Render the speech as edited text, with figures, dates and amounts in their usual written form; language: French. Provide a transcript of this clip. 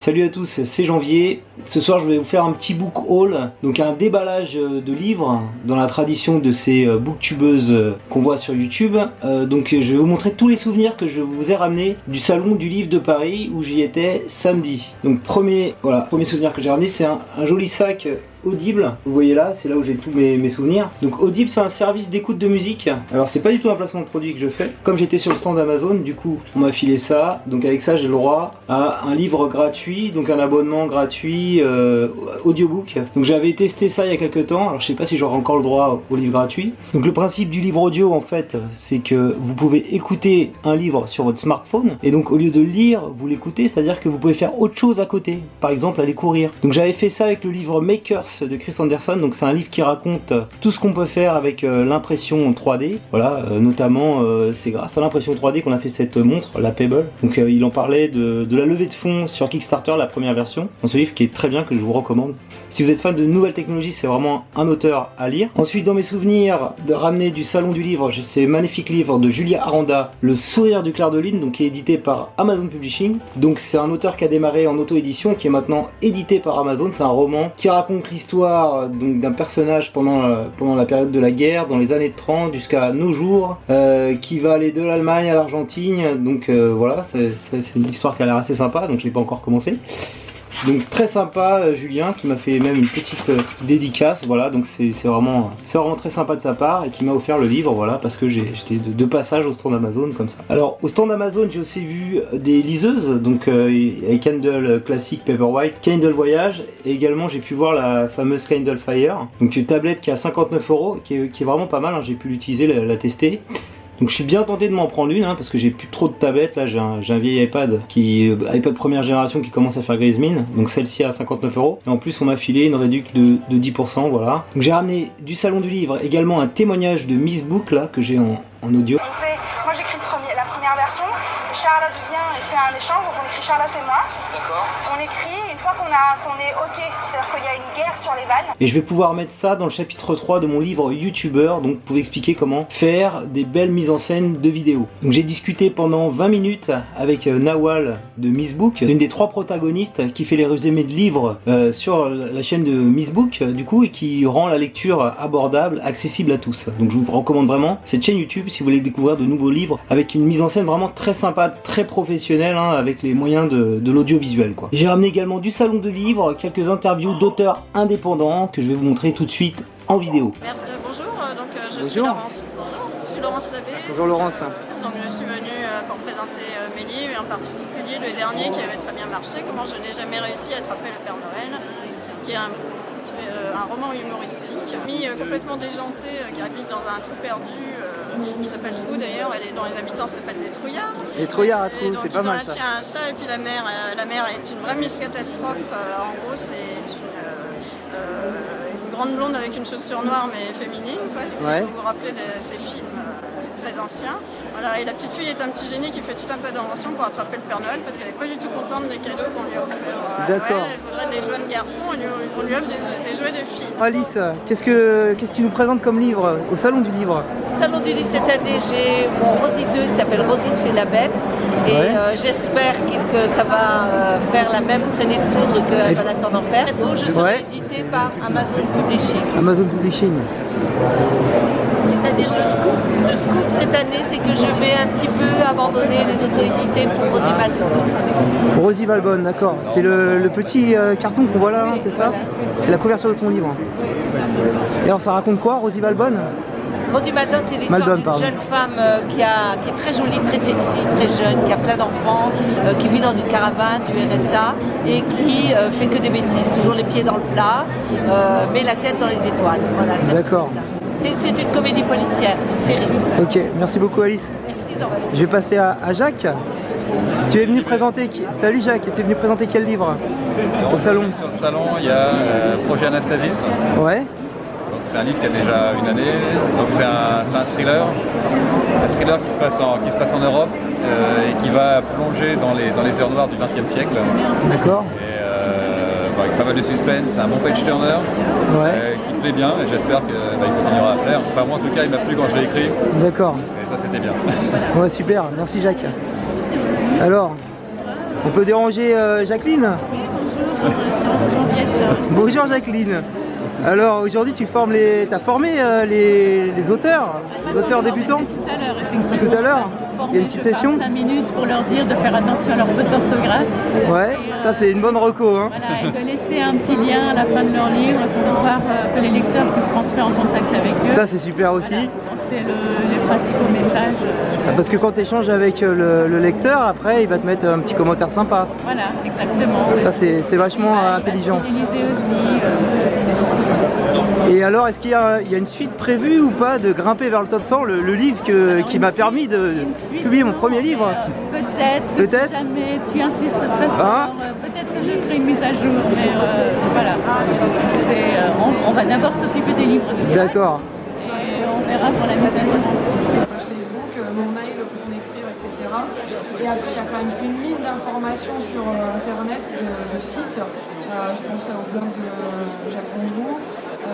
Salut à tous, c'est Janvier. Ce soir je vais vous faire un petit book haul, donc un déballage de livres dans la tradition de ces booktubeuses qu'on voit sur YouTube. Donc je vais vous montrer tous les souvenirs que je vous ai ramenés du salon du livre de Paris où j'y étais samedi. Donc premier souvenir que j'ai ramené, c'est un joli sac Audible, vous voyez là, c'est là où j'ai tous mes souvenirs. Donc Audible, c'est un service d'écoute de musique. Alors c'est pas du tout un placement de produit que je fais. Comme j'étais sur le stand Amazon, du coup on m'a filé ça. Donc avec ça j'ai le droit à un livre gratuit, donc un abonnement gratuit audiobook. Donc j'avais testé ça il y a quelques temps. Alors je sais pas si j'aurai encore le droit au livre gratuit. Donc le principe du livre audio en fait, c'est que vous pouvez écouter un livre sur votre smartphone. Et donc au lieu de lire, vous l'écoutez, c'est-à-dire que vous pouvez faire autre chose à côté. Par exemple aller courir. Donc j'avais fait ça avec le livre Makers de Chris Anderson. Donc c'est un livre qui raconte tout ce qu'on peut faire avec l'impression 3D. Voilà, notamment c'est grâce à l'impression 3D qu'on a fait cette montre, la Pebble. Donc il en parlait de la levée de fonds sur Kickstarter, la première version. Dans ce livre qui est très bien, que je vous recommande. Si vous êtes fan de nouvelles technologies, c'est vraiment un auteur à lire. Ensuite, dans mes souvenirs de ramener du salon du livre, j'ai ces magnifiques livres de Julia Aranda, Le sourire du clair de lune, donc qui est édité par Amazon Publishing. Donc c'est un auteur qui a démarré en auto-édition et qui est maintenant édité par Amazon. C'est un roman qui raconte l'histoire d'un personnage pendant la période de la guerre, dans les années 30 jusqu'à nos jours, qui va aller de l'Allemagne à l'Argentine. Donc voilà, c'est une histoire qui a l'air assez sympa, donc je l'ai pas encore commencé. Donc très sympa Julien, qui m'a fait même une petite dédicace, voilà, donc c'est vraiment très sympa de sa part, et qui m'a offert le livre, voilà, parce que j'étais de passage au stand Amazon comme ça. Alors au stand Amazon, j'ai aussi vu des liseuses, donc avec Kindle Classic Paperwhite, Kindle Voyage, et également j'ai pu voir la fameuse Kindle Fire, donc une tablette qui a 59 €, qui est vraiment pas mal, hein, j'ai pu l'utiliser, la tester. Donc je suis bien tenté de m'en prendre une, hein, parce que j'ai plus trop de tablettes. Là j'ai un vieil iPad, iPad première génération, qui commence à faire grise mine. Donc celle-ci à 59 €. Et en plus on m'a filé une réduction de 10%, voilà. Donc j'ai ramené du salon du livre également un témoignage de Miss Book là, que j'ai en audio. Moi j'écris la première version, Charlotte vient et fait un échange, donc on écrit Charlotte et moi. D'accord. On écrit une fois qu'on est ok, c'est-à-dire qu'il y a une guerre sur les vannes. Et je vais pouvoir mettre ça dans le chapitre 3 de mon livre YouTuber, donc pour expliquer comment faire des belles mises en scène de vidéos. Donc j'ai discuté pendant 20 minutes avec Nawal de Miss Book, une des 3 protagonistes qui fait les résumés de livres sur la chaîne de Miss Book, du coup, et qui rend la lecture abordable, accessible à tous. Donc je vous recommande vraiment cette chaîne YouTube si vous voulez découvrir de nouveaux livres avec une mise en scène vraiment très sympa, très professionnelle, hein, avec les moyens de l'audiovisuel, quoi. J'ai ramené également du salon de livres, quelques interviews d'auteurs indépendants que je vais vous montrer tout de suite en vidéo. Merci, bonjour, je suis Laurence. Je suis Laurence Labbé. Bonjour Laurence. Donc je suis venue pour présenter mes livres, et en particulier le dernier qui avait très bien marché, Comment je n'ai jamais réussi à attraper le Père Noël, qui est un roman humoristique, complètement déjanté, qui habite dans un trou perdu, qui s'appelle Trou d'ailleurs, dont les habitants s'appellent des trouillards. Les trouillards à Trou, c'est pas mal ça. Ils ont un chien, un chat, et puis la mer est une vraie catastrophe. En gros, c'est une grande blonde avec une chaussure noire mais féminine, quoi. Si vous vous rappelez de ces films très anciens. Voilà, et la petite fille est un petit génie qui fait tout un tas d'inventions pour attraper le Père Noël, parce qu'elle n'est pas du tout contente des cadeaux qu'on lui a offerts. D'accord. Elle voudrait des jouets de garçons, on lui offre des jouets de filles. Alice, qu'est-ce que tu nous présentes comme livre au salon du livre? Au salon du livre cette année, j'ai mon Rosie 2 qui s'appelle Rosie se fait la bête, et j'espère que ça va faire la même traînée de poudre que Appalachian d'Enfer. Bientôt, je serai édité par Amazon Publishing. Amazon Publishing. C'est-à-dire le scoop. Ce scoop cette année, c'est que je vais un petit peu abandonner les auto-édités pour Rosie Malbon. Rosie Valbonne, d'accord. C'est le petit carton qu'on voit là, hein, c'est ça? Voilà. C'est la couverture de ton livre. Et alors ça raconte quoi, Rosie Valbonne? Rosie Malbon, c'est l'histoire d'une jeune femme qui est très jolie, très sexy, très jeune, qui a plein d'enfants, qui vit dans une caravane du RSA et qui fait que des bêtises, toujours les pieds dans le plat, mais la tête dans les étoiles. Voilà, d'accord. C'est une comédie policière, une série. Ok, merci beaucoup Alice. Merci Jean-Baptiste. Je vais passer à Jacques. Tu es venu présenter... Salut Jacques, tu es venu présenter quel livre au salon? Sur le salon, il y a Projet Anastasis. Ouais. C'est un livre qui a déjà une année. Donc c'est un thriller. Un thriller qui se passe en Europe et qui va plonger dans les heures noires du XXe siècle. D'accord. Avec pas mal de suspense, un bon page turner qui plaît bien, et j'espère qu'il continuera à faire. Enfin, moi en tout cas il m'a plu quand je l'ai écrit. D'accord. Et ça c'était bien. Ouais, super, merci Jacques. Alors, On peut déranger Jacqueline? Oui, bonjour, Jean-Viette. Bonjour Jacqueline. Alors aujourd'hui tu formes t'as formé les auteurs débutants? Tout à l'heure, effectivement. Tout à l'heure? Il y a une petite session? 5 minutes pour leur dire de faire attention à leur faute d'orthographe. Ouais, ça c'est une bonne reco. Hein. Voilà, et de laisser un petit lien à la fin de leur livre pour pouvoir que les lecteurs puissent rentrer en contact avec eux. Ça c'est super aussi. Voilà. Donc c'est les principaux messages. Parce que quand tu échanges avec le lecteur, après il va te mettre un petit commentaire sympa. Voilà, exactement. Ça c'est vachement intelligent. Aussi, Et alors, est-ce qu'il y a une suite prévue ou pas de Grimper vers le top 100, le livre qui m'a permis de publier mon premier livre? Peut-être. Si jamais tu insistes très fort, peut-être que je ferai une mise à jour, mais voilà. On va d'abord s'occuper des livres de livres. D'accord. Et on verra pour la mise à jour ensuite. Page Facebook, mon mail pour m'écrire, etc. Et après, il y a quand même une ligne d'information sur Internet, de sites. Je pense au blog de Jacques Bonjour.